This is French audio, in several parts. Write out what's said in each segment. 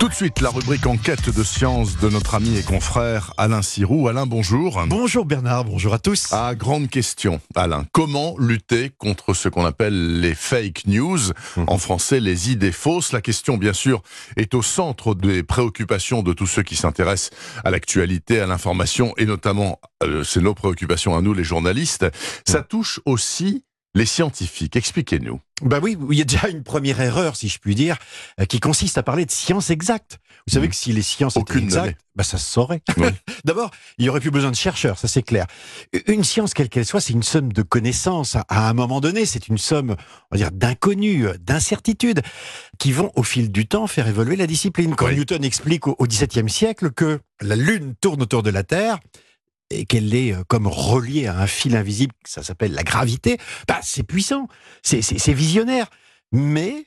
Tout de suite, la rubrique enquête de science de notre ami et confrère Alain Sirou. Alain, bonjour. Bonjour Bernard, bonjour à tous. Ah, grande question, Alain. Comment lutter contre ce qu'on appelle les fake news, en français les idées fausses? La question, bien sûr, est au centre des préoccupations de tous ceux qui s'intéressent à l'actualité, à l'information, et notamment, c'est nos préoccupations à nous, les journalistes. Ça touche aussi les scientifiques. Expliquez-nous. Oui, il y a déjà une première erreur, si je puis dire, qui consiste à parler de sciences exactes. Vous savez que si les sciences étaient exactes, ça se saurait. Oui. D'abord, il n'y aurait plus besoin de chercheurs, ça c'est clair. Une science, quelle qu'elle soit, c'est une somme de connaissances. À un moment donné, c'est une somme, on va dire, d'inconnus, d'incertitudes, qui vont, au fil du temps, faire évoluer la discipline. Quand Newton explique au XVIIe siècle que la Lune tourne autour de la Terre, et qu'elle est comme reliée à un fil invisible, ça s'appelle la gravité, c'est puissant, c'est visionnaire. Mais,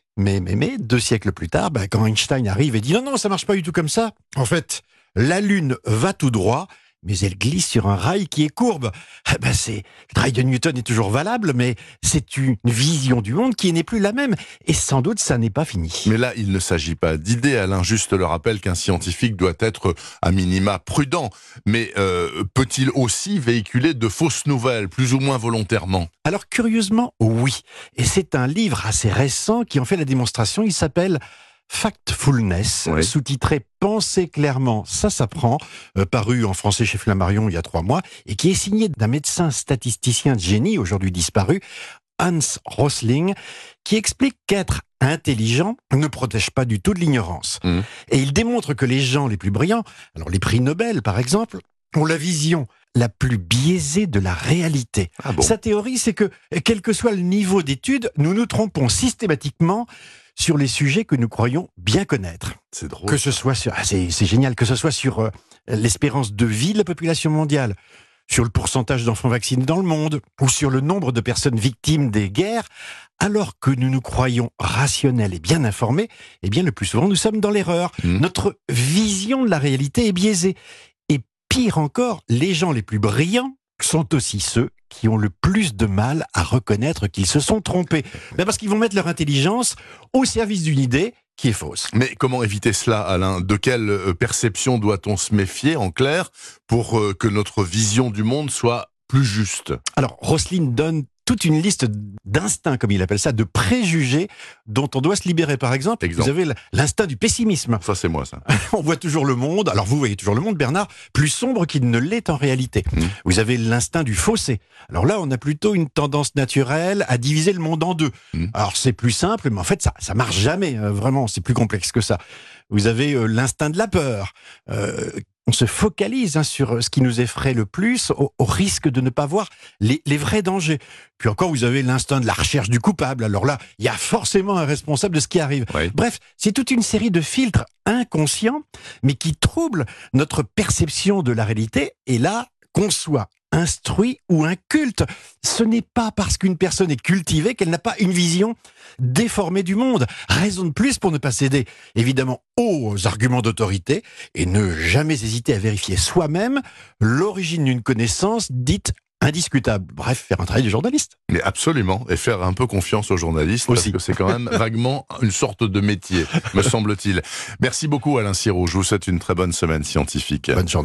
2 siècles plus tard, quand Einstein arrive et dit non, ça marche pas du tout comme ça. En fait, la Lune va tout droit, mais elle glisse sur un rail qui est courbe. Le rail de Newton est toujours valable, mais c'est une vision du monde qui n'est plus la même. Et sans doute, ça n'est pas fini. Mais là, il ne s'agit pas d'idées, Alain. Juste le rappel qu'un scientifique doit être, à minima, prudent. Mais peut-il aussi véhiculer de fausses nouvelles, plus ou moins volontairement? Alors, curieusement, oui. Et c'est un livre assez récent qui en fait la démonstration. Il s'appelle Factfulness, sous-titré Penser clairement, ça s'apprend, paru en français chez Flammarion il y a 3 mois, et qui est signé d'un médecin statisticien de génie, aujourd'hui disparu, Hans Rosling, qui explique qu'être intelligent ne protège pas du tout de l'ignorance. Et il démontre que les gens les plus brillants, alors les prix Nobel par exemple, ont la vision la plus biaisée de la réalité. Sa théorie, c'est que, quel que soit le niveau d'études, nous nous trompons systématiquement sur les sujets que nous croyons bien connaître. C'est drôle. Que ce soit sur, c'est génial, que ce soit sur l'espérance de vie de la population mondiale, sur le pourcentage d'enfants vaccinés dans le monde, ou sur le nombre de personnes victimes des guerres, alors que nous nous croyons rationnels et bien informés, eh bien le plus souvent nous sommes dans l'erreur. Notre vision de la réalité est biaisée. Et pire encore, les gens les plus brillants sont aussi ceux qui ont le plus de mal à reconnaître qu'ils se sont trompés. Parce qu'ils vont mettre leur intelligence au service d'une idée qui est fausse. Mais comment éviter cela, Alain? De quelle perception doit-on se méfier, en clair, pour que notre vision du monde soit plus juste? Alors, Rosling donne toute une liste d'instincts, comme il appelle ça, de préjugés dont on doit se libérer. Par exemple, vous avez l'instinct du pessimisme. Ça, c'est moi, ça. On voit toujours le monde, alors vous voyez toujours le monde, Bernard, plus sombre qu'il ne l'est en réalité. Vous avez l'instinct du fossé. Alors là, on a plutôt une tendance naturelle à diviser le monde en deux. Alors c'est plus simple, mais en fait, ça marche jamais. Vraiment, c'est plus complexe que ça. Vous avez l'instinct de la peur. On se focalise sur ce qui nous effraie le plus, au risque de ne pas voir les vrais dangers. Puis encore, vous avez l'instinct de la recherche du coupable. Alors là, il y a forcément un responsable de ce qui arrive. Bref, c'est toute une série de filtres inconscients, mais qui troublent notre perception de la réalité. Et là, qu'on soit instruit ou inculte, ce n'est pas parce qu'une personne est cultivée qu'elle n'a pas une vision déformée du monde. Raison de plus pour ne pas céder, évidemment, aux arguments d'autorité et ne jamais hésiter à vérifier soi-même l'origine d'une connaissance dite indiscutable. Bref, faire un travail de journaliste. Mais absolument, et faire un peu confiance aux journalistes, aussi. Parce que c'est quand même vaguement une sorte de métier, me semble-t-il. Merci beaucoup Alain Sirou, je vous souhaite une très bonne semaine scientifique. Bonne journée.